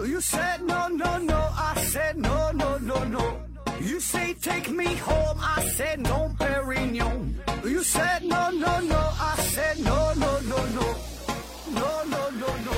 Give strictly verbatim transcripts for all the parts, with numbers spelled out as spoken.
You said no, no, no, I said no, no, no, no. You say take me home, I said no, Perignon. You said no, no, no, I said no, no, no, no. No, no, no, no.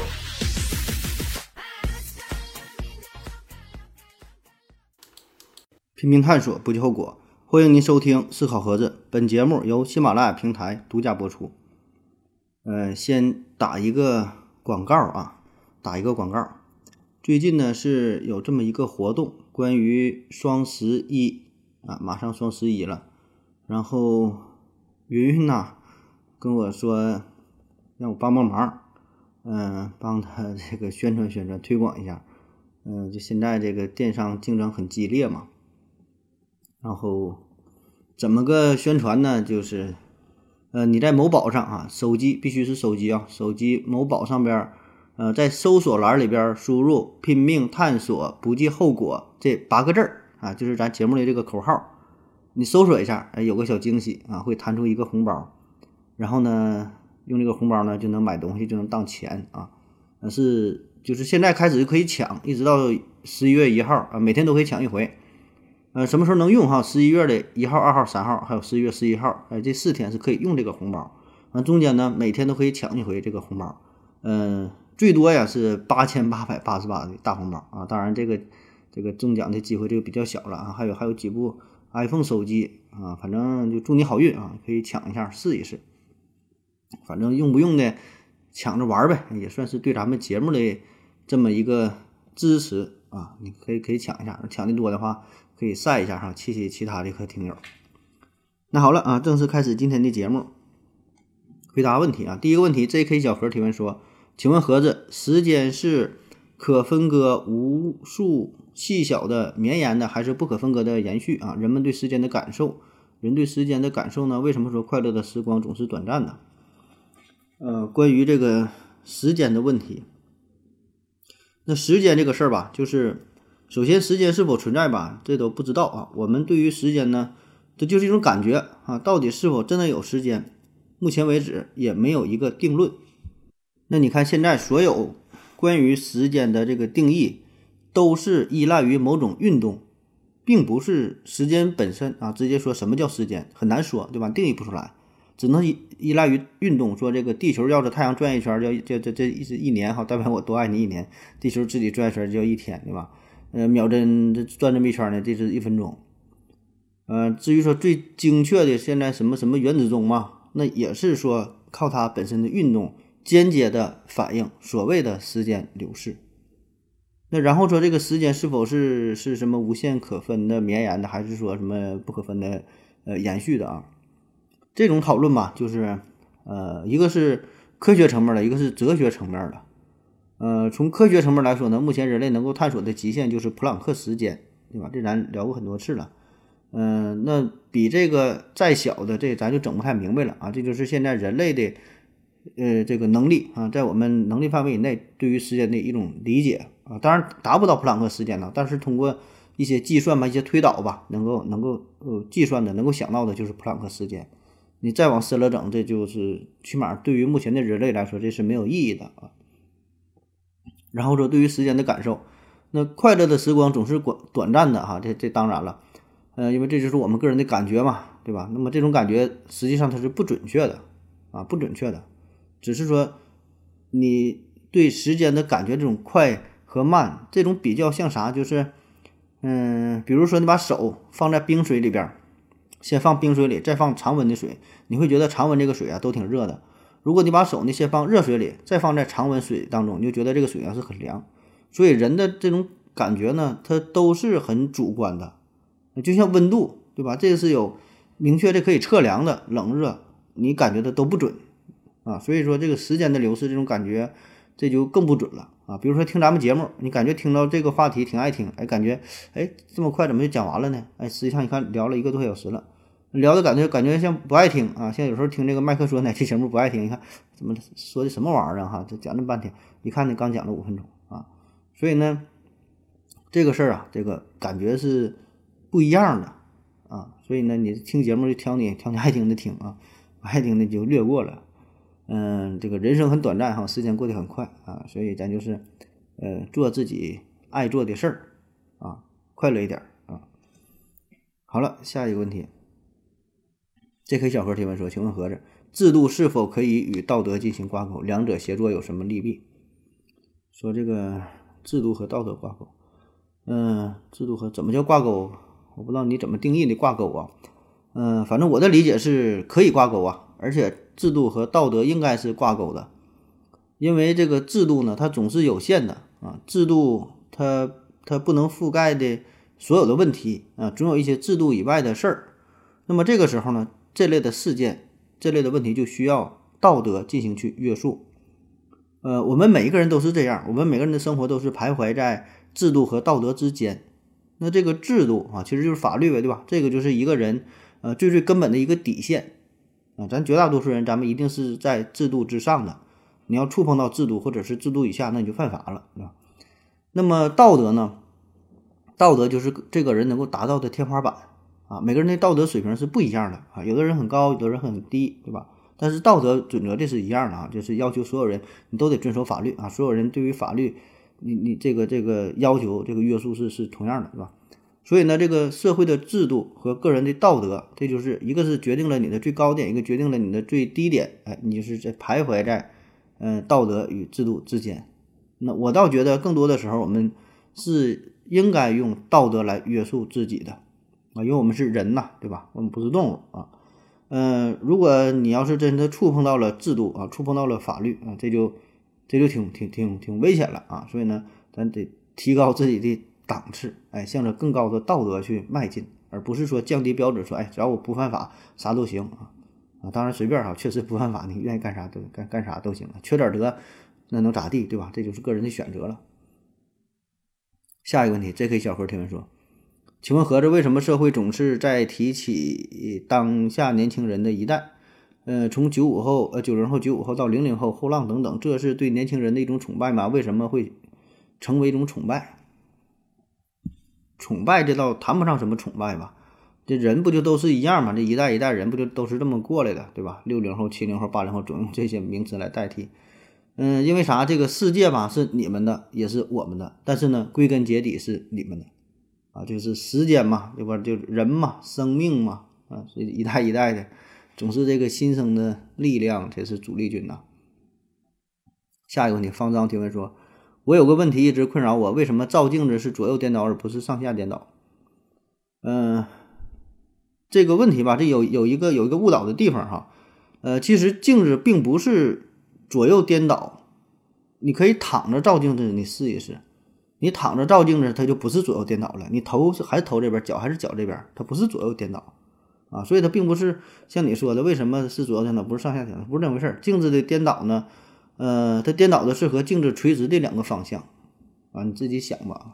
拼命探索，不计后果。欢迎您收听思考盒子，本节目由喜马拉雅平台独家播出。呃，先打一个广告啊，打一个广告。最近呢是有这么一个活动，关于双十一啊，马上双十一了。然后云云呐跟我说让我帮帮忙，嗯、呃，帮他这个宣传宣传，推广一下。嗯、呃，就现在这个电商竞争很激烈嘛。然后怎么个宣传呢？就是呃你在某宝上啊，手机必须是手机啊，手机某宝上边呃在搜索栏里边输入拼命探索不计后果这八个字儿啊，就是咱节目的这个口号。你搜索一下，哎，有个小惊喜啊，会弹出一个红包。然后呢，用这个红包呢就能买东西，就能当钱啊。但是就是现在开始就可以抢，一直到十一月一号啊，每天都可以抢一回。呃，什么时候能用哈？十一月的一号、二号、三号，还有十一月十一号，哎，这四天是可以用这个红包。啊，中间呢每天都可以抢一回这个红包。嗯、呃，最多呀是八千八百八十八的大红包啊。当然这个这个中奖的机会就比较小了啊。还有还有几部 iPhone 手机啊，反正就祝你好运啊，可以抢一下试一试。反正用不用的抢着玩呗，也算是对咱们节目的这么一个支持啊。你可以可以抢一下，抢的多的话可以晒一下哈，气气其他的和听友。那好了啊，正式开始今天的节目，回答问题啊。第一个问题 ，J K 小盒提问说，请问盒子，时间是可分割无数细小的绵延的，还是不可分割的延续啊？人们对时间的感受，人对时间的感受呢？为什么说快乐的时光总是短暂的？呃，关于这个时间的问题，那时间这个事儿吧，就是首先时间是否存在吧，这都不知道啊。我们对于时间呢，这就是一种感觉啊，到底是否真的有时间，目前为止也没有一个定论。那你看现在所有关于时间的这个定义，都是依赖于某种运动，并不是时间本身啊。直接说什么叫时间很难说，对吧？定义不出来。只能依依赖于运动，说这个地球绕着太阳转一圈，叫这这这一一年哈，代表我多爱你一年。地球自己转一圈叫一天，对吧？呃，秒针这转这么一圈呢，这是一分钟。呃，至于说最精确的现在什么什么原子钟嘛，那也是说靠它本身的运动间接的反映所谓的时间流逝。那然后说这个时间是否是是什么无限可分的绵延的，还是说什么不可分的呃延续的啊？这种讨论吧，就是呃，一个是科学层面的，一个是哲学层面的。呃，从科学层面来说呢，目前人类能够探索的极限就是普朗克时间，对吧？这咱聊过很多次了。嗯、呃，那比这个再小的，这咱就整不太明白了啊。这就是现在人类的呃这个能力啊，在我们能力范围以内，对于时间的一种理解啊。当然达不到普朗克时间呢，但是通过一些计算吧，一些推导吧，能够能够呃计算的，能够想到的就是普朗克时间。你再往深了整，这就是起码对于目前的人类来说，这是没有意义的啊。然后说对于时间的感受，那快乐的时光总是短短暂的哈，这这当然了，呃，因为这就是我们个人的感觉嘛，对吧？那么这种感觉实际上它是不准确的啊，不准确的，只是说你对时间的感觉这种快和慢，这种比较像啥？就是嗯，比如说你把手放在冰水里边。先放冰水里，再放常温的水，你会觉得常温这个水啊都挺热的。如果你把手呢先放热水里，再放在常温水当中，你就觉得这个水啊是很凉。所以人的这种感觉呢，它都是很主观的，就像温度，对吧？这个是有明确的可以测量的，冷热你感觉的都不准啊。所以说这个时间的流逝这种感觉，这就更不准了啊。比如说听咱们节目，你感觉听到这个话题挺爱听，哎，感觉哎这么快怎么就讲完了呢？哎，实际上你看聊了一个多小时了。聊的感觉感觉像不爱听啊，像有时候听这个麦克说哪期节目不爱听，你看怎么说的什么玩意儿啊哈，这讲这么半天，一看呢刚讲了五分钟啊，所以呢这个事儿啊，这个感觉是不一样的啊，所以呢你听节目就挑你挑你爱听的听啊，不爱听的就略过了。嗯，这个人生很短暂哈，时间过得很快啊，所以咱就是呃，做自己爱做的事儿啊，快乐一点啊。好了，下一个问题。J K 小何提问说，请问盒子，制度是否可以与道德进行挂钩？两者协作有什么利弊？说这个制度和道德挂钩，嗯、呃，制度和怎么叫挂钩？我不知道你怎么定义的挂钩啊。嗯、呃，反正我的理解是可以挂钩啊，而且制度和道德应该是挂钩的，因为这个制度呢，它总是有限的啊，制度它它不能覆盖的所有的问题啊，总有一些制度以外的事儿。那么这个时候呢，这类的事件、这类的问题就需要道德进行去约束。呃，我们每一个人都是这样，我们每个人的生活都是徘徊在制度和道德之间。那这个制度啊，其实就是法律呗，对吧？这个就是一个人呃最最根本的一个底线啊。咱绝大多数人，咱们一定是在制度之上的。你要触碰到制度或者是制度以下，那你就犯法了，对吧？那么道德呢？道德就是这个人能够达到的天花板啊。每个人的道德水平是不一样的啊，有的人很高，有的人很低，对吧？但是道德准则这是一样的啊，就是要求所有人你都得遵守法律啊，所有人对于法律你你这个这个要求这个约束是是同样的，对吧？所以呢，这个社会的制度和个人的道德，这就是一个是决定了你的最高点，一个决定了你的最低点，哎，你就是在徘徊在嗯、呃、道德与制度之间。那我倒觉得更多的时候我们是应该用道德来约束自己的啊，因为我们是人呐，对吧？我们不是动物啊。嗯、呃，如果你要是真的触碰到了制度啊，触碰到了法律啊，这就这就挺挺挺挺危险了啊。所以呢，咱得提高自己的档次，哎，向着更高的道德去迈进，而不是说降低标准，说哎，只要我不犯法，啥都行啊啊！当然随便哈，确实不犯法，你愿意干啥都干干啥都行了，缺点德那能咋地，对吧？这就是个人的选择了。下一个问题 ，J K 小何提问说。请问盒子，为什么社会总是在提起当下年轻人的一代？呃，从九五后、呃九零后、九五后到零零后、后浪等等，这是对年轻人的一种崇拜吗？为什么会成为一种崇拜？崇拜这倒谈不上什么崇拜吧，这人不就都是一样吗？这一代一代人不就都是这么过来的，对吧？六零后、七零后、八零后，总用这些名词来代替。嗯，因为啥？这个世界吧是你们的，也是我们的，但是呢，归根结底是你们的。啊，就是时间嘛，对吧？就人嘛，生命嘛，啊，所以一代一代的，总是这个新生的力量才是主力军呐。下一个问题，方丈提问说：“我有个问题一直困扰我，为什么照镜子是左右颠倒而不是上下颠倒？”嗯、呃，这个问题吧，这有有一个有一个误导的地方哈。呃，其实镜子并不是左右颠倒，你可以躺着照镜子，你试一试。你躺着照镜子，它就不是左右颠倒了。你头是还是头这边，脚还是脚这边，它不是左右颠倒啊。所以它并不是像你说的，为什么是左右颠倒，不是上下颠倒，不是这么回事儿。镜子的颠倒呢，呃，它颠倒的是和镜子垂直的两个方向啊，你自己想吧。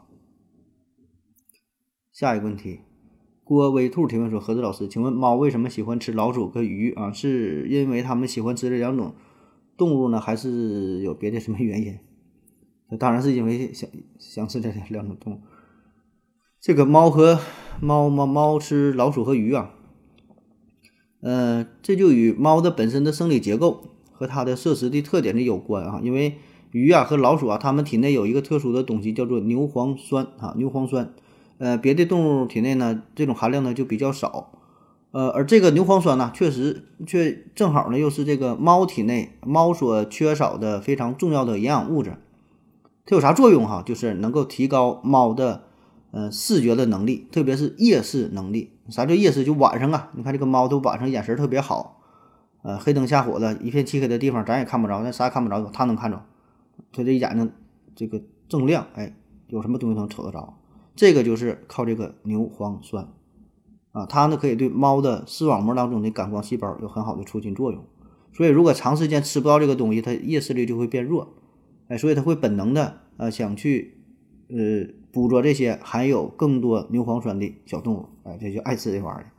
下一个问题，郭威兔提问说：“何子老师，请问猫为什么喜欢吃老鼠和鱼啊？是因为它们喜欢吃这两种动物呢，还是有别的什么原因？”当然是因为想想吃这两种动物。这个猫和猫猫猫吃老鼠和鱼啊，呃，这就与猫的本身的生理结构和它的摄食的特点的有关啊。因为鱼啊和老鼠啊，它们体内有一个特殊的东西叫做牛磺酸啊，牛磺酸。呃，别的动物体内呢，这种含量呢就比较少。呃，而这个牛磺酸呢，确实却正好呢又是这个猫体内猫所缺少的非常重要的营养物质。它有啥作用哈？就是能够提高猫的呃视觉的能力，特别是夜视能力。啥叫夜视？就晚上啊，你看这个猫都晚上眼神特别好，呃，黑灯瞎火的一片漆黑的地方，咱也看不着，咱啥也看不着，它能看着，它这眼睛这个锃亮，哎，有什么东西能瞅得着？这个就是靠这个牛磺酸啊，它呢可以对猫的视网膜当中的感光细胞有很好的促进作用。所以如果长时间吃不到这个东西，它夜视力就会变弱。哎，所以它会本能的呃想去呃捕捉这些含有更多牛磺酸的小动物，哎，这就爱吃这玩意儿。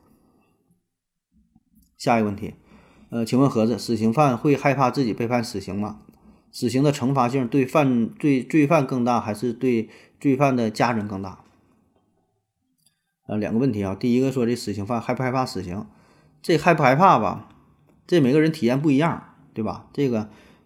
下一个问题，呃，请问盒子，死刑犯会害怕自己被判死刑吗？死刑的惩罚性对犯罪罪犯更大，还是对罪犯的家人更大？呃，两个问题啊。第一个说这死刑犯害不害怕死刑？这害不害怕吧？这每个人体验不一样，对吧？这个。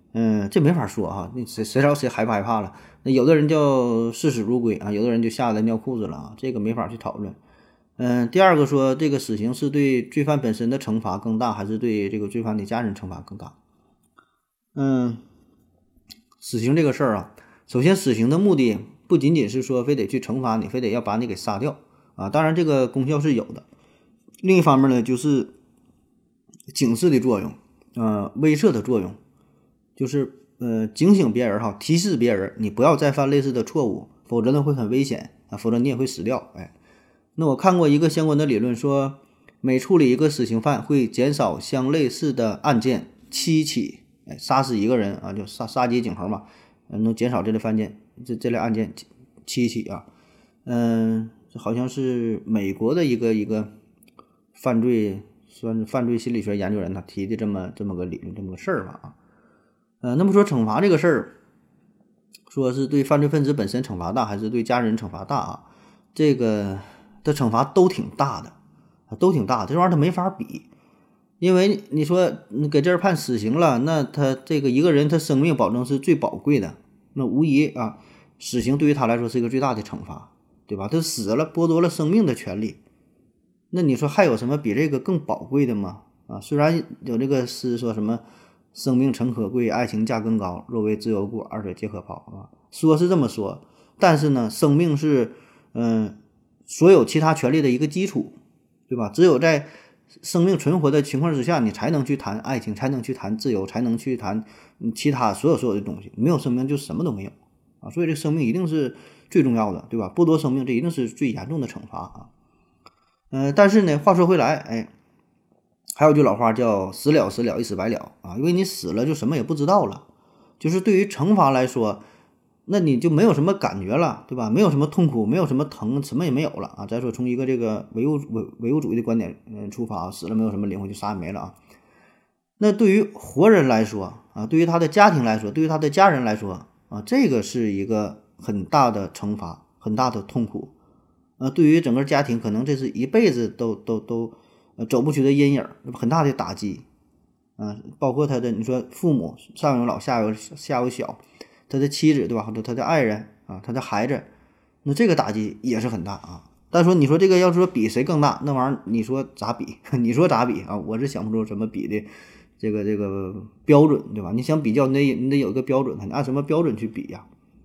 嗯，这没法说啊，那谁谁知道谁害不害怕了？那有的人叫视死如归啊，有的人就吓得尿裤子了啊，这个没法去讨论。嗯，第二个说这个死刑是对罪犯本身的惩罚更大，还是对这个罪犯的家人惩罚更大？嗯，死刑这个事儿啊，首先死刑的目的不仅仅是说非得去惩罚你，非得要把你给杀掉啊，当然这个功效是有的。另一方面呢，就是警示的作用，呃，威慑的作用，就是呃警醒别人哈，提示别人你不要再犯类似的错误，否则呢会很危险啊，否则你也会死掉。哎，那我看过一个相关的理论说，每处理一个死刑犯会减少相类似的案件七起，哎，杀死一个人啊，就杀杀鸡儆猴嘛，能减少这类犯件这这类案件七起啊。嗯，这好像是美国的一个一个犯罪算是犯罪心理学研究人他提的这么这么个理论，这么个事儿吧啊。呃，那么说惩罚这个事儿，说是对犯罪分子本身惩罚大，还是对家人惩罚大啊？这个的惩罚都挺大的，都挺大的，这玩意儿他没法比。因为你说你给这儿判死刑了，那他这个一个人他生命保证是最宝贵的，那无疑啊，死刑对于他来说是一个最大的惩罚，对吧？他死了，剥夺了生命的权利，那你说还有什么比这个更宝贵的吗？啊，虽然有这个诗说什么生命诚可贵，爱情价更高，若为自由故，二者皆可抛啊，说是这么说，但是呢，生命是嗯、呃、所有其他权利的一个基础，对吧？只有在生命存活的情况之下，你才能去谈爱情，才能去谈自由，才能去谈其他所有所有的东西。没有生命就什么都没有啊！所以这生命一定是最重要的，对吧？剥夺生命，这一定是最严重的惩罚啊！呃，但是呢，话说回来，哎，还有句老话叫"死了死了，一死百了"啊，因为你死了就什么也不知道了。就是对于惩罚来说，那你就没有什么感觉了，对吧？没有什么痛苦，没有什么疼，什么也没有了啊。再说从一个这个唯物唯唯物主义的观点嗯出发，死了没有什么灵魂，就啥也没了啊。那对于活人来说啊，对于他的家庭来说，对于他的家人来说啊，这个是一个很大的惩罚，很大的痛苦。呃，对于整个家庭，可能这是一辈子都都都呃走不去的阴影，很大的打击。啊，包括他的你说父母上有老下有下有小，他的妻子对吧，或者他的爱人啊，他的孩子，那这个打击也是很大啊。但说你说这个要说比谁更大，那玩意儿你说咋比？你说咋比啊？我是想不出什么比的这个这个标准，对吧？你想比较，你得你得有一个标准，你按什么标准去比呀？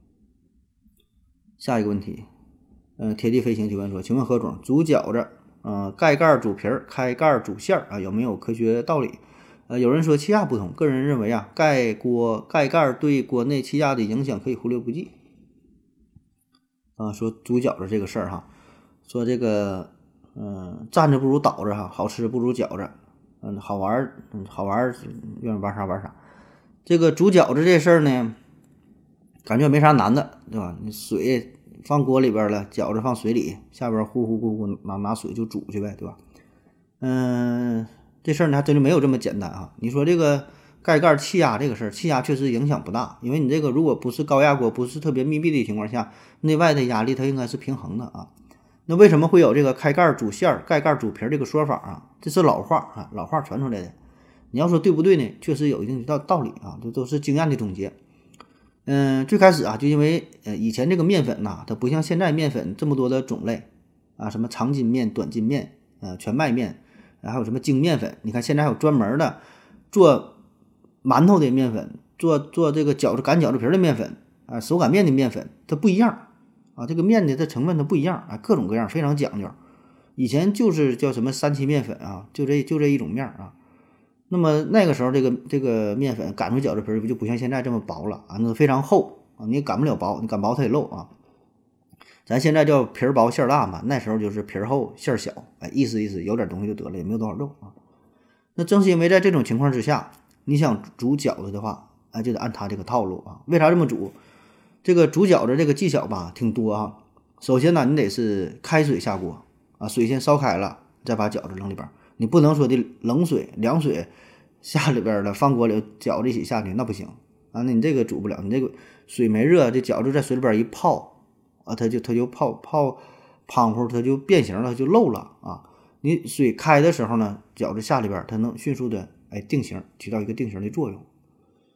下一个问题，呃，铁地飞行提问说，请问何总，煮饺子，呃，盖盖煮皮儿，开盖煮馅儿啊，有没有科学道理？呃，有人说气压不同，个人认为啊，盖锅盖盖对锅内气压的影响可以忽略不计。啊，说煮饺子这个事儿哈，说这个嗯、呃，站着不如倒着哈，好吃不如饺子，嗯，好玩儿，嗯，好玩儿，愿意玩啥玩啥。这个煮饺子这事儿呢，感觉没啥难的，对吧？你水放锅里边了，饺子放水里，下边呼呼呼呼拿拿水就煮去呗，对吧？嗯。这事儿呢还真就没有这么简单啊！你说这个盖盖气压这个事儿，气压确实影响不大，因为你这个如果不是高压锅，不是特别密闭的情况下，内外的压力它应该是平衡的啊。那为什么会有这个开盖煮馅儿、盖盖煮皮儿这个说法啊？这是老话啊，老话传出来的。你要说对不对呢？确实有一定的道道理啊，这都是经验的总结。嗯，最开始啊，就因为呃以前这个面粉呐、啊，它不像现在面粉这么多的种类啊，什么长筋面、短筋面、呃全麦面。还有什么精面粉？你看现在还有专门的做馒头的面粉，做做这个饺子擀饺子皮的面粉啊，手擀面的面粉，它不一样啊。这个面的这成分它不一样啊，各种各样，非常讲究。以前就是叫什么三七面粉啊，就这就这一种面啊。那么那个时候这个这个面粉擀出饺子皮就不像现在这么薄了啊，那非常厚啊，你擀不了薄，你擀薄它也漏啊。咱现在叫皮儿薄馅儿大嘛，那时候就是皮儿厚馅儿小，哎，意思意思，有点东西就得了，也没有多少肉啊。那正是因为在这种情况之下，你想煮饺子的话，哎，就得按他这个套路啊。为啥这么煮？这个煮饺子这个技巧吧，挺多啊。首先呢，你得是开水下锅啊，水先烧开了，再把饺子扔里边。你不能说的冷水、凉水下里边了，放锅里饺子一起下去，那不行啊。那你这个煮不了，你这个水没热，这饺子在水里边一泡。啊，它就它就泡泡胖乎，它就变形了，就漏了啊！你水开的时候呢，饺子下里边它能迅速的哎定型，起到一个定型的作用。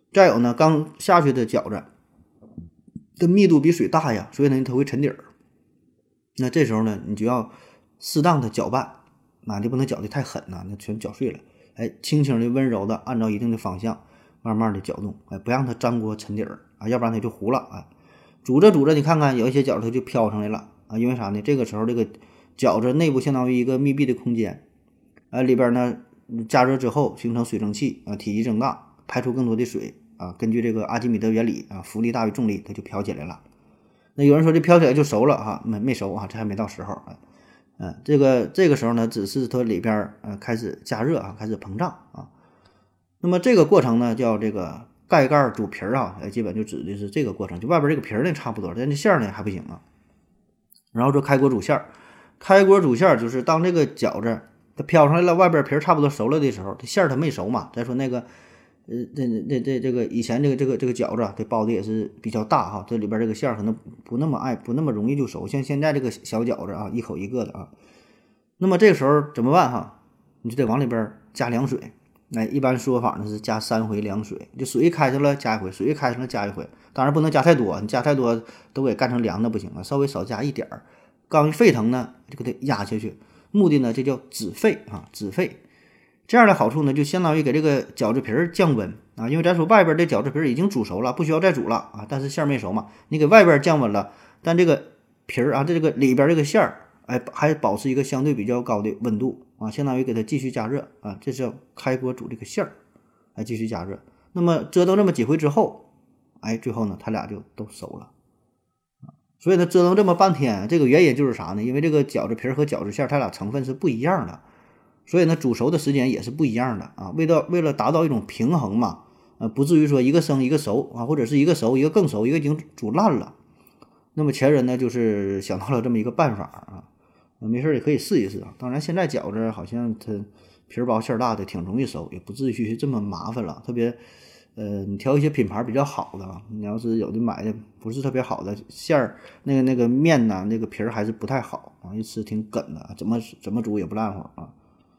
再有呢，刚下去的饺子的密度比水大呀，所以呢它会沉底儿。那这时候呢，你就要适当的搅拌，那就不能搅得太狠呐，那全搅碎了。哎，轻轻的、温柔的，按照一定的方向，慢慢的搅动，哎，不让它粘锅沉底儿啊，要不然它就糊了啊。煮着煮着，你看看有一些饺子它就飘上来了啊，因为啥呢？这个时候这个饺子内部相当于一个密闭的空间，啊，里边呢加热之后形成水蒸气啊，体积增大，排出更多的水啊。根据这个阿基米德原理啊，浮力大于重力，它就飘起来了。那有人说这飘起来就熟了哈，没没熟啊，这还没到时候啊。嗯，这个这个时候呢，只是它里边呃开始加热啊，开始膨胀啊。那么这个过程呢，叫这个盖盖煮皮儿啊，基本就指的是这个过程。就外边这个皮儿呢差不多，但这馅儿呢还不行啊。然后说开锅煮馅儿，开锅煮馅儿就是当这个饺子它飘上来了，外边皮儿差不多熟了的时候，这馅儿它没熟嘛。再说那个呃这这这这个以前这个这个这个饺子这包的也是比较大哈，这里边这个馅儿可能不那么爱不那么容易就熟，像现在这个小饺子啊，一口一个的啊。那么这个时候怎么办哈？你就得往里边加凉水。哎，一般说法呢是加三回凉水，就水一开上了加一回，水一开上了加一回，当然不能加太多，你加太多都给干成凉的不行了，稍微少加一点儿。刚一沸腾呢，就给它压下去，目的呢这叫止沸啊，止沸。这样的好处呢，就相当于给这个饺子皮儿降温啊，因为咱说外边这饺子皮儿已经煮熟了，不需要再煮了啊，但是馅儿没熟嘛，你给外边降温了，但这个皮儿啊，这个里边这个馅儿，哎，还保持一个相对比较高的温度啊，相当于给它继续加热啊，这是要开锅煮这个馅儿，哎，继续加热。那么折腾这么几回之后，哎，最后呢，它俩就都熟了。所以呢，折腾这么半天，这个原因就是啥呢？因为这个饺子皮儿和饺子馅儿，它俩成分是不一样的，所以呢，煮熟的时间也是不一样的啊。为了为了达到一种平衡嘛，呃，不至于说一个生一个熟啊，或者是一个熟一个更熟，一个已经煮烂了。那么前人呢，就是想到了这么一个办法啊，没事也可以试一试啊。当然，现在饺子好像它皮儿薄馅儿大的挺容易熟，也不至于这么麻烦了，特别。呃，你挑一些品牌比较好的，你要是有的买的不是特别好的馅儿，那个那个面呐，那个皮儿还是不太好啊，一吃挺梗的，怎么怎么煮也不烂乎啊。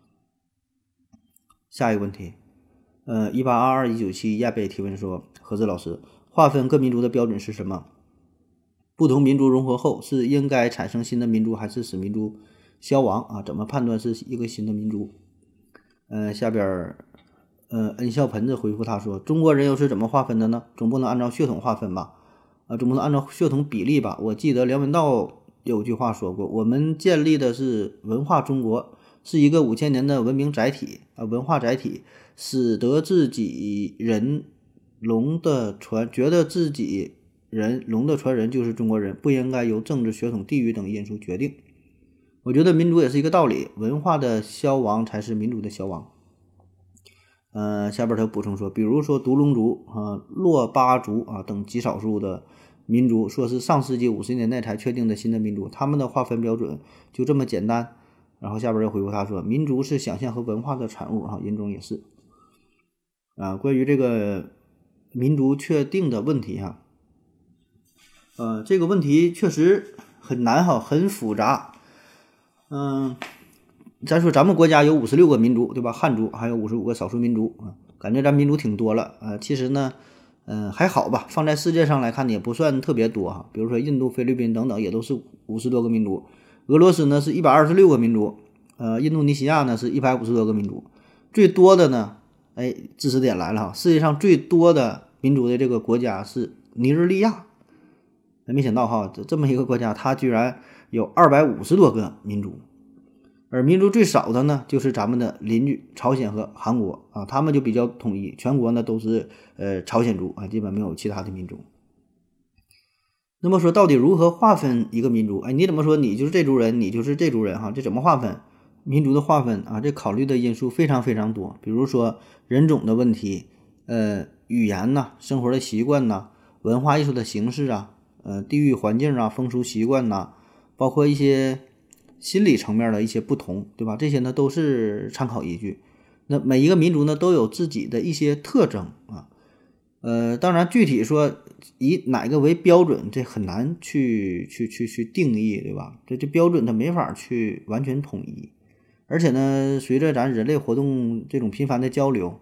下一个问题，呃，一八二二一九七亚贝提问说，何子老师，划分各民族的标准是什么？不同民族融合后是应该产生新的民族，还是使民族消亡啊？怎么判断是一个新的民族？呃，下边。呃，恩笑盆子回复他说：“中国人又是怎么划分的呢？总不能按照血统划分吧？啊，总不能按照血统比例吧？我记得梁文道有句话说过：我们建立的是文化中国，是一个五千年的文明载体啊，文化载体，使得自己人龙的传，觉得自己人龙的传人就是中国人，不应该由政治、血统、地域等因素决定。我觉得民族也是一个道理，文化的消亡才是民族的消亡。”呃，下边他补充说，比如说独龙族啊、珞巴族啊等极少数的民族，说是上世纪五十年代才确定的新的民族，他们的划分标准就这么简单。然后下边又回复他说，民族是想象和文化的产物啊，人种也是。啊，关于这个民族确定的问题哈，呃，这个问题确实很难哈，很复杂。嗯。咱说咱们国家有五十六个民族，对吧？汉族还有五十五个少数民族啊，感觉咱民族挺多了。呃，其实呢，嗯、呃，还好吧，放在世界上来看也不算特别多哈。比如说印度、菲律宾等等，也都是五十多个民族。俄罗斯呢是一百二十六个民族，呃，印度尼西亚呢是一百五十多个民族。最多的呢，哎，知识点来了哈，世界上最多的民族的这个国家是尼日利亚。没想到哈，这这么一个国家，它居然有二百五十多个民族。而民族最少的呢，就是咱们的邻居朝鲜和韩国啊，他们就比较统一，全国呢都是呃朝鲜族啊，基本没有其他的民族。那么说到底如何划分一个民族？哎，你怎么说你就是这族人，你就是这族人哈？这怎么划分？民族的划分啊，这考虑的因素非常非常多，比如说人种的问题，呃，语言呐、生活的习惯呐、文化艺术的形式啊，呃，地域环境啊、风俗习惯呐，包括一些。心理层面的一些不同，对吧？这些呢都是参考依据。那每一个民族呢都有自己的一些特征啊，呃，当然具体说以哪个为标准，这很难去去去去定义，对吧？这这标准它没法去完全统一。而且呢，随着咱人类活动这种频繁的交流，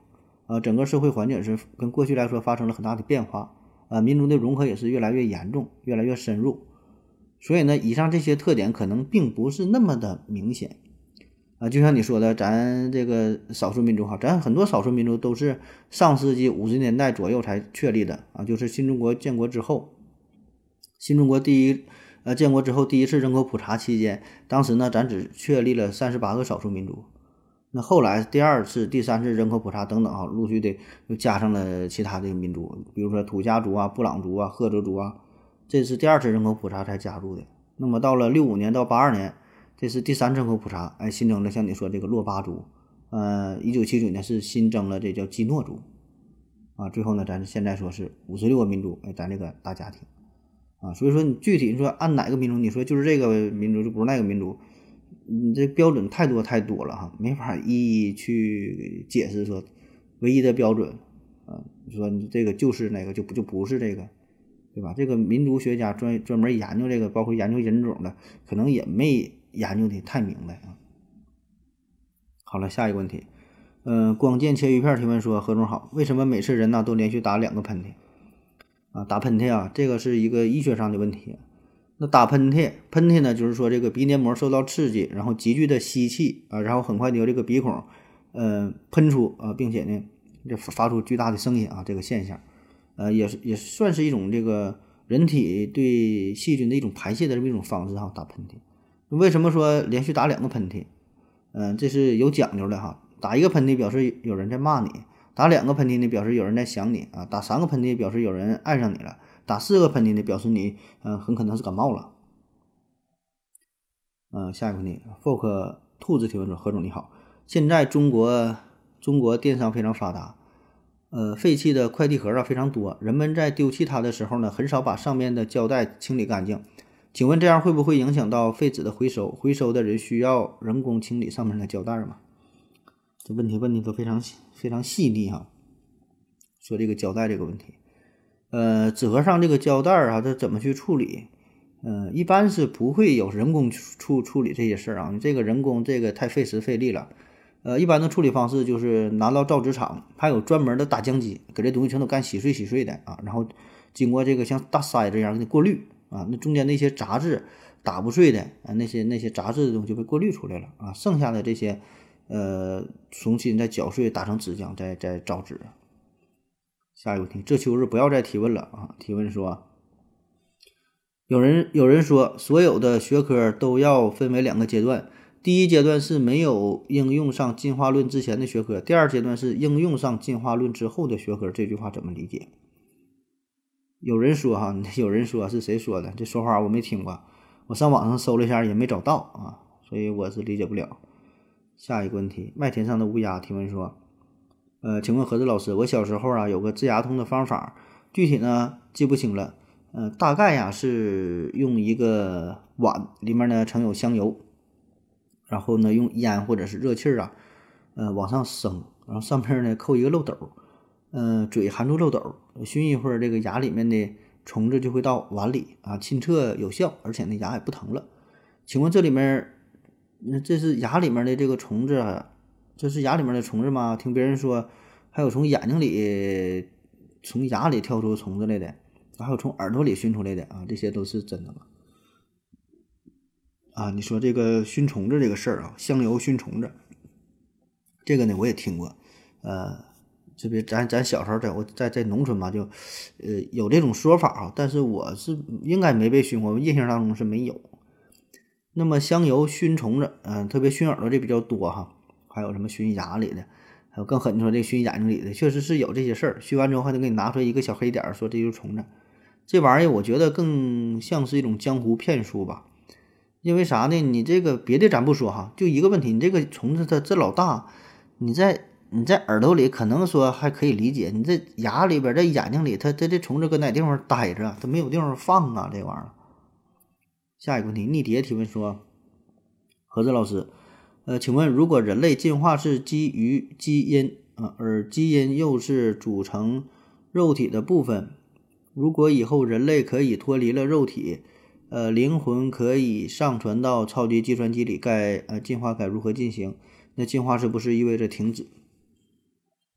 呃，整个社会环境是跟过去来说发生了很大的变化，呃，民族的融合也是越来越严重，越来越深入。所以呢，以上这些特点可能并不是那么的明显。啊，就像你说的，咱这个少数民族哈，咱很多少数民族都是上世纪五十年代左右才确立的啊，就是新中国建国之后，新中国第一呃建国之后第一次人口普查期间，当时呢咱只确立了三十八个少数民族，那后来第二次、第三次人口普查等等啊，陆续的又加上了其他的民族，比如说土家族啊、布朗族啊、赫哲族啊，这是第二次人口普查才加入的。那么到了六五年到八二年。这是第三次人口普查，哎，新增了像你说这个珞巴族，呃，一九七九年是新增了这叫基诺族，啊，最后呢，咱现在说是五十六个民族，哎，咱这个大家庭，啊，所以说你具体你说按哪个民族，你说就是这个民族就不是那个民族，你这标准太多太多了哈，没法一一去解释说唯一的标准，啊，你说你这个就是哪个就不就不是这个。对吧？这个民族学家专专门研究这个，包括研究人种的，可能也没研究的太明白啊。好了，下一个问题，嗯、呃，光剑切鱼片提问说：何总好，为什么每次人呢都连续打两个喷嚏？啊，打喷嚏啊，这个是一个医学上的问题。那打喷嚏，喷嚏呢，就是说这个鼻黏膜受到刺激，然后急剧的吸气啊，然后很快的由这个鼻孔，呃，喷出啊，并且呢，这发出巨大的声音啊，这个现象。呃，也是也算是一种这个人体对细菌的一种排泄的这么一种方式哈，打喷嚏。为什么说连续打两个喷嚏？嗯、呃，这是有讲究的哈。打一个喷嚏表示有人在骂你，打两个喷嚏呢表示有人在想你啊，打三个喷嚏表示有人爱上你了，打四个喷嚏呢表示你嗯、呃、很可能是感冒了。嗯、呃，下一个问题 ，folk 兔子提问说：何总你好，现在中国中国电商非常发达。呃，废弃的快递盒啊非常多，人们在丢弃它的时候呢，很少把上面的胶带清理干净。请问这样会不会影响到废纸的回收？回收的人需要人工清理上面的胶带吗？这问题问的都非常非常细腻哈。说这个胶带这个问题，呃，纸盒上这个胶带啊，这怎么去处理？呃，一般是不会有人工处处理这些事儿啊，你这个人工这个太费时费力了。呃，一般的处理方式就是拿到造纸厂，还有专门的打浆机，给这东西全都干稀碎稀碎的啊，然后经过这个像大筛子一样给你过滤啊，那中间那些杂质打不碎的啊，那些那些杂质的东西就被过滤出来了啊，剩下的这些呃重新再搅碎打成纸浆，再再造纸。下一个问题，这秋日不要再提问了啊！提问说，有人有人说，所有的学科都要分为两个阶段。第一阶段是没有应用上进化论之前的学科，第二阶段是应用上进化论之后的学科，这句话怎么理解？有人说哈，有人说是谁说的？这说法我没听过，我上网上搜了一下也没找到啊，所以我是理解不了。下一个问题，麦田上的乌鸦提问说，呃，请问何子老师，我小时候啊有个治牙痛的方法，具体呢记不清了，呃，大概呀是用一个碗，里面呢盛有香油。然后呢，用烟或者是热气儿啊，呃，往上升，然后上面呢扣一个漏斗，呃，嘴含住漏斗，熏一会儿，这个牙里面的虫子就会到碗里啊，清澈有效，而且呢牙也不疼了。请问这里面，那这是牙里面的这个虫子啊，这是牙里面的虫子吗？听别人说还有从眼睛里、从牙里跳出虫子来的，还有从耳朵里熏出来的啊，这些都是真的吗？啊，你说这个熏虫子这个事儿啊，香油熏虫子，这个呢我也听过，呃，这边咱咱小时候在我在在农村嘛，就呃有这种说法啊，但是我是应该没被熏过，我印象当中是没有。那么香油熏虫子，嗯、呃，特别熏耳朵这比较多哈，还有什么熏牙里的，还有更狠的说这熏眼睛里的，确实是有这些事儿。熏完之后还得给你拿出来一个小黑点，说这就是虫子，这玩意儿我觉得更像是一种江湖骗术吧。因为啥呢？你这个别的咱不说哈，就一个问题，你这个虫子它这老大，你在你在耳朵里可能说还可以理解，你这牙里边在眼睛里，它它这虫子搁哪地方待着，它没有地方放啊，这玩意儿。下一个问题，逆蝶提问说，何子老师，呃，请问如果人类进化是基于基因啊，而基因又是组成肉体的部分，如果以后人类可以脱离了肉体，呃，灵魂可以上传到超级计算机里，该呃进化该如何进行？那进化是不是意味着停止？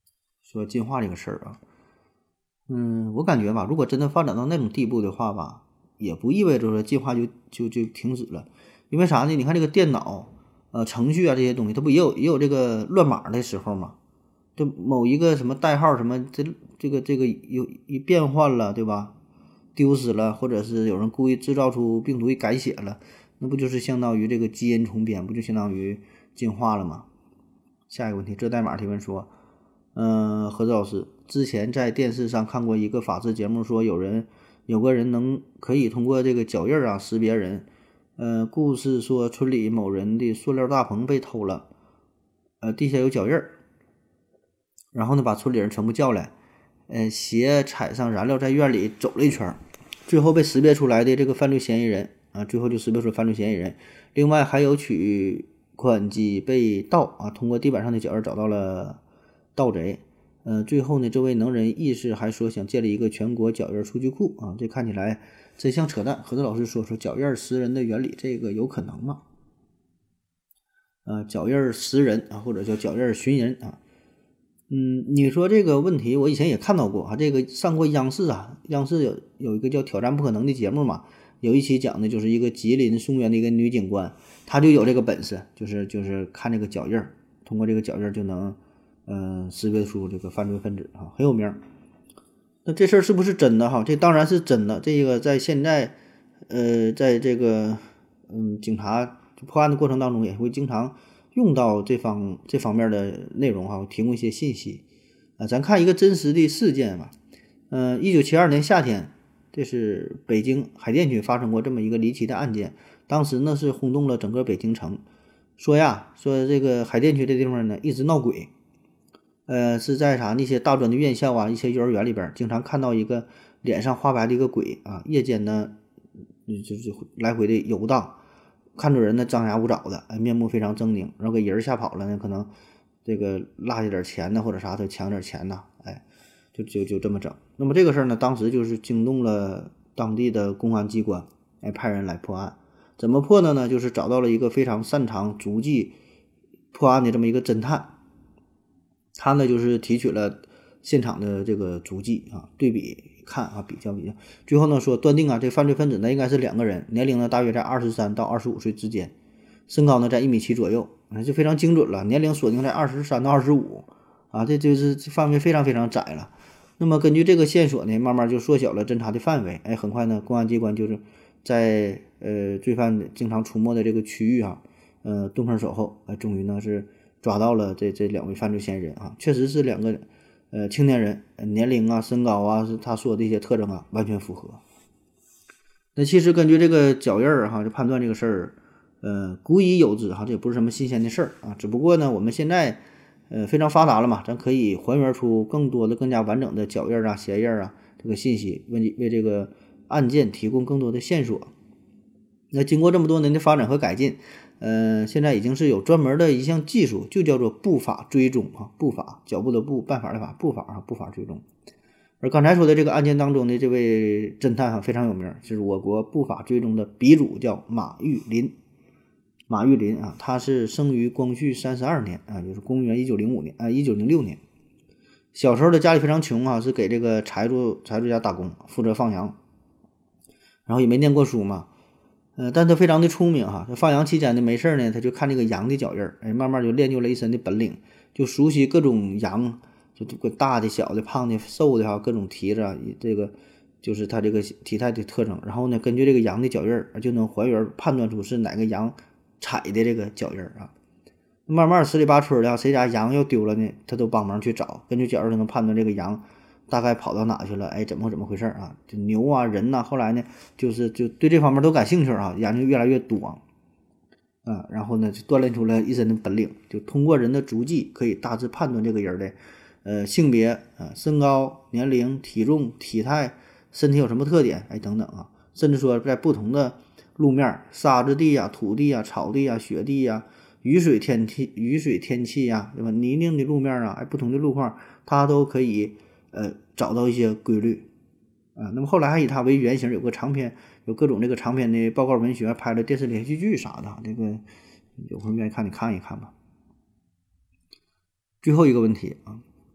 说进化这个事儿啊，嗯，我感觉吧，如果真的发展到那种地步的话吧，也不意味着说进化就就就停止了，因为啥呢？你看这个电脑、呃程序啊这些东西，它不也有也有这个乱码的时候吗？就某一个什么代号什么这这个这个有一变换了，对吧？丢失了，或者是有人故意制造出病毒一改写了，那不就是相当于这个基因重编，不就相当于进化了吗？下一个问题，这代码提问说，嗯、呃，何子老师之前在电视上看过一个法制节目，说有人有个人能可以通过这个脚印啊识别人，呃，故事说村里某人的塑料大棚被偷了，呃，地下有脚印儿。然后呢，把村里人全部叫来，呃，鞋踩上燃料，在院里走了一圈，最后被识别出来的这个犯罪嫌疑人啊，最后就识别出犯罪嫌疑人。另外还有取款机被盗啊，通过地板上的脚印找到了盗贼。呃，最后呢，这位能人义士还说想建立一个全国脚印数据库啊，这看起来真像扯淡。何子老师说说脚印识人的原理，这个有可能吗？呃，脚印识人啊，或者叫脚印寻人啊。嗯，你说这个问题，我以前也看到过啊。这个上过央视啊，央视有有一个叫《挑战不可能》的节目嘛，有一期讲的就是一个吉林松原的一个女警官，她就有这个本事，就是就是看这个脚印儿，通过这个脚印儿就能嗯、呃、识别出这个犯罪分子啊，很有名。那这事儿是不是真的哈？这当然是真的。这个在现在呃，在这个嗯警察破案的过程当中，也会经常用到这方这方面的内容哈，提供一些信息啊。咱看一个真实的事件吧，嗯、呃，一九七二年夏天，这是北京海淀区发生过这么一个离奇的案件，当时呢是轰动了整个北京城。说呀，说这个海淀区这地方呢一直闹鬼，呃，是在啥那些大专的院校啊，一些幼儿园里边，经常看到一个脸上花白的一个鬼啊，夜间呢就是来回的游荡。看着人呢张牙舞爪的，哎，面目非常狰狞，然后给人吓跑了呢，可能这个落下点钱呢，或者啥的抢点钱呢，哎，就就就这么整。那么这个事儿呢，当时就是惊动了当地的公安机关，哎，派人来破案。怎么破的呢？就是找到了一个非常擅长足迹破案的这么一个侦探，他呢就是提取了现场的这个足迹啊，对比看啊，比较比较，最后呢说断定啊，这犯罪分子呢应该是两个人，年龄呢大约在二十三到二十五岁之间，身高呢在一米七左右，那就非常精准了，年龄锁定在二十三到二十五啊，这就是范围非常非常窄了。那么根据这个线索呢，慢慢就缩小了侦查的范围，哎，很快呢，公安机关就是在呃罪犯经常出没的这个区域啊，呃洞坑守候，哎，终于呢是抓到了这这两位犯罪嫌疑人啊，确实是两个呃青年人，年龄啊、身高啊，是他说的一些特征啊，完全符合。那其实根据这个脚印儿哈，就判断这个事儿，呃，古已有之哈，这也不是什么新鲜的事儿啊。只不过呢，我们现在呃非常发达了嘛，咱可以还原出更多的、更加完整的脚印儿啊、鞋印儿啊这个信息，为为这个案件提供更多的线索。那经过这么多年的发展和改进，呃，现在已经是有专门的一项技术，就叫做步法追踪啊，步法，脚步的步，办法的法，步法啊，步法追踪。而刚才说的这个案件当中的这位侦探啊非常有名，就是我国步法追踪的鼻祖，叫马玉林。马玉林啊，他是生于光绪三十二年啊，就是公元一九零五年啊，一九零六年。小时候的家里非常穷啊，是给这个财主财主家打工，负责放羊，然后也没念过书嘛。呃，但他非常的聪明哈，他放羊期间呢，没事呢，他就看这个羊的脚印儿，哎，慢慢就练就了一身的本领，就熟悉各种羊，就这个大的、小的、胖的、瘦的哈，各种蹄子啊，这个就是它这个体态的特征。然后呢，根据这个羊的脚印儿，就能还原判断出是哪个羊踩的这个脚印儿啊。慢慢十里八村的，谁家羊要丢了呢，他都帮忙去找，根据脚印儿能判断这个羊大概跑到哪去了，哎，怎么怎么回事啊？就牛啊、人呐、啊，后来呢，就是就对这方面都感兴趣啊，研究越来越多啊，然后呢，就锻炼出了一身的本领，就通过人的足迹可以大致判断这个人的呃性别啊、身高、年龄、体重、体态、身体有什么特点，哎，等等啊，甚至说在不同的路面，沙子地呀、土地呀、草地呀、雪地呀、雨水天气、雨水天气呀，对吧？泥泞的路面啊，哎，不同的路况，它都可以。呃，找到一些规律啊，那么后来还以它为原型，有个长篇，有各种这个长篇的报告文学，拍了电视连续剧啥的，这个有空愿意看你看一看吧。最后一个问题啊，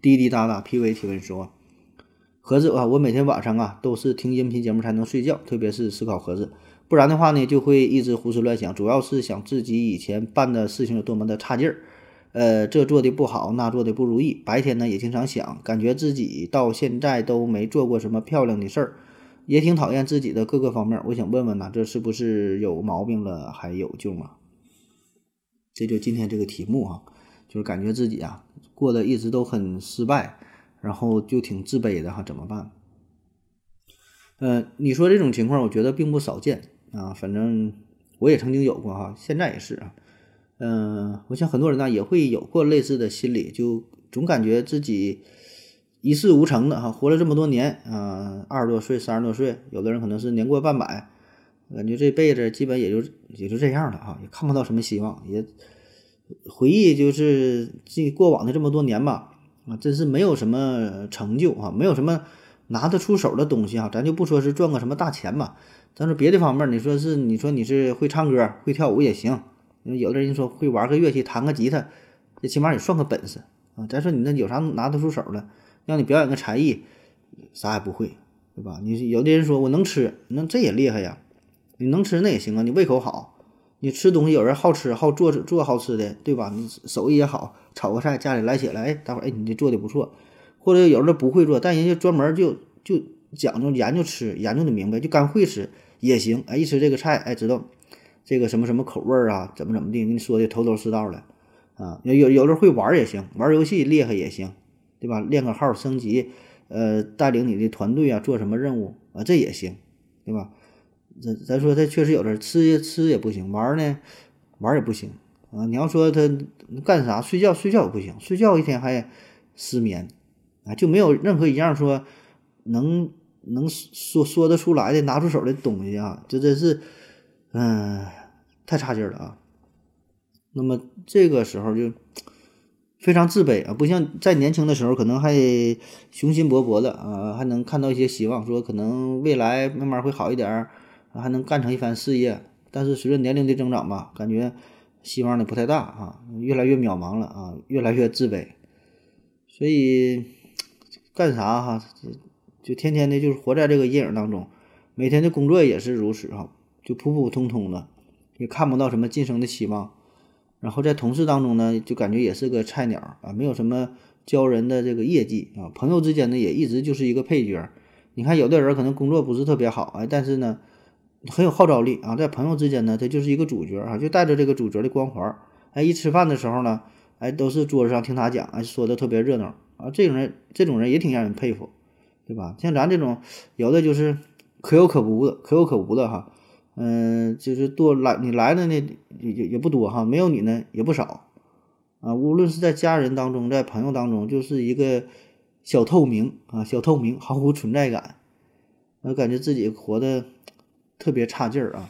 滴滴答答 P V 提问说，盒子啊，我每天晚上啊都是听音频节目才能睡觉，特别是思考盒子，不然的话呢就会一直胡思乱想，主要是想自己以前办的事情有多么的差劲儿，呃，这做的不好，那做的不如意，白天呢也经常想，感觉自己到现在都没做过什么漂亮的事儿，也挺讨厌自己的各个方面。我想问问呢，这是不是有毛病了？还有救吗？这就今天这个题目啊，就是感觉自己啊过得一直都很失败，然后就挺自卑的哈，怎么办？呃，你说这种情况，我觉得并不少见啊，反正我也曾经有过哈，现在也是啊。嗯、呃，我想很多人呢也会有过类似的心理，就总感觉自己一事无成的哈，活了这么多年啊，二十多岁、三十多岁，有的人可能是年过半百，感觉这辈子基本也就也就这样了哈，也看不到什么希望，也回忆就是这过往的这么多年吧，啊，真是没有什么成就啊，没有什么拿得出手的东西哈，咱就不说是赚个什么大钱吧，但是别的方面，你说是你说你是会唱歌、会跳舞也行，有的人说会玩个乐器、弹个吉他，这起码也算个本事啊。再说你那有啥拿得出手的，让你表演个才艺，啥也不会，对吧？你有的人说我能吃，那这也厉害呀，你能吃那也行啊，你胃口好。你吃东西有人好吃好做做好吃的，对吧？你手艺也好，炒个菜家里来起来，哎，大伙儿哎你这做的不错，或者有人不会做，但人家专门就就讲究研究吃，研究的明白，就干会吃也行，哎，一吃这个菜，哎，知道这个什么什么口味啊，怎么怎么地，跟你说的头头是道了啊。有有有人会玩也行，玩游戏厉害也行，对吧？练个号升级，呃，带领你的团队啊做什么任务啊，这也行，对吧？咱咱说他确实有点吃也吃也不行，玩呢玩也不行啊。你要说他干啥，睡觉睡觉也不行，睡觉一天还失眠啊，就没有任何一样说能能说说得出来的拿出手的东西啊，这真是嗯、呃、太差劲了啊。那么这个时候就非常自卑啊，不像在年轻的时候可能还雄心勃勃的啊，还能看到一些希望，说可能未来慢慢会好一点，还能干成一番事业。但是随着年龄的增长吧，感觉希望呢不太大啊，越来越渺茫了啊，越来越自卑。所以干啥哈，就天天的就是活在这个阴影当中，每天的工作也是如此哈，就普普通通的，也看不到什么晋升的希望。然后在同事当中呢，就感觉也是个菜鸟啊，没有什么骄人的这个业绩啊。朋友之间呢，也一直就是一个配角。你看有的人可能工作不是特别好，哎，但是呢很有号召力啊，在朋友之间呢，他就是一个主角啊，就带着这个主角的光环。哎，一吃饭的时候呢，哎，都是桌子上听他讲，哎，说的特别热闹啊。这种人，这种人也挺让人佩服，对吧？像咱这种有的就是可有可无的，可有可无的哈。嗯、呃，就是多来你来的呢也也也不多哈，没有你呢也不少啊。无论是在家人当中，在朋友当中，就是一个小透明啊，小透明，毫无存在感。我感觉自己活得特别差劲儿啊。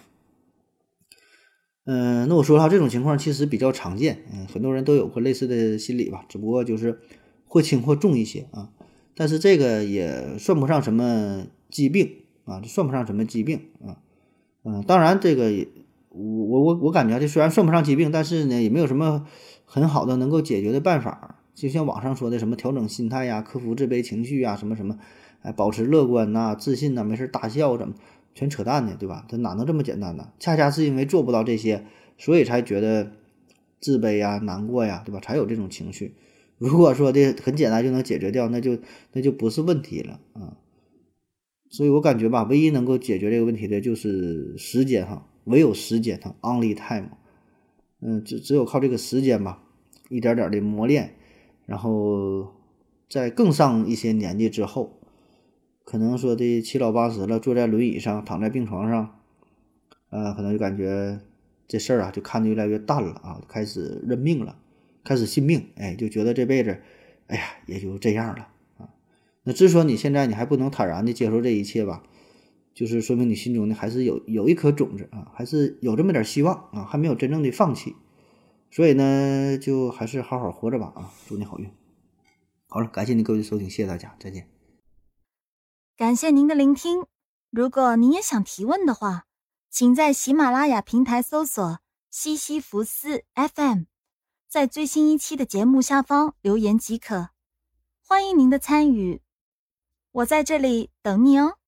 嗯、呃，那我说哈，这种情况其实比较常见，嗯，很多人都有过类似的心理吧，只不过就是或轻或重一些啊。但是这个也算不上什么疾病啊，这算不上什么疾病啊。嗯，当然这个也我我我感觉这虽然算不上疾病，但是呢也没有什么很好的能够解决的办法。就像网上说的什么调整心态呀、克服自卑情绪呀、什么什么，哎，保持乐观呐、自信呐、没事大笑怎么全扯淡呢，对吧？它哪能这么简单呢？恰恰是因为做不到这些，所以才觉得自卑呀、难过呀，对吧？才有这种情绪。如果说的很简单就能解决掉，那就那就不是问题了啊。所以我感觉吧，唯一能够解决这个问题的就是时间哈，唯有时间哈 ，only time。嗯，只只有靠这个时间吧，一点点的磨练，然后在更上一些年纪之后，可能说的七老八十了，坐在轮椅上，躺在病床上，呃，可能就感觉这事儿啊，就看得越来越淡了啊，开始认命了，开始信命，哎，就觉得这辈子，哎呀，也就这样了。那之所以你现在你还不能坦然的接受这一切吧，就是说明你心中呢还是有有一颗种子啊，还是有这么点希望啊，还没有真正的放弃。所以呢，就还是好好活着吧啊！祝你好运。好了，感谢您各位的收听，谢谢大家，再见。 感谢您的聆听。如果您也想提问的话，请在喜马拉雅平台搜索西西弗斯 F M， 在最新一期的节目下方留言即可。 欢迎您的参与，我在这里等你哦。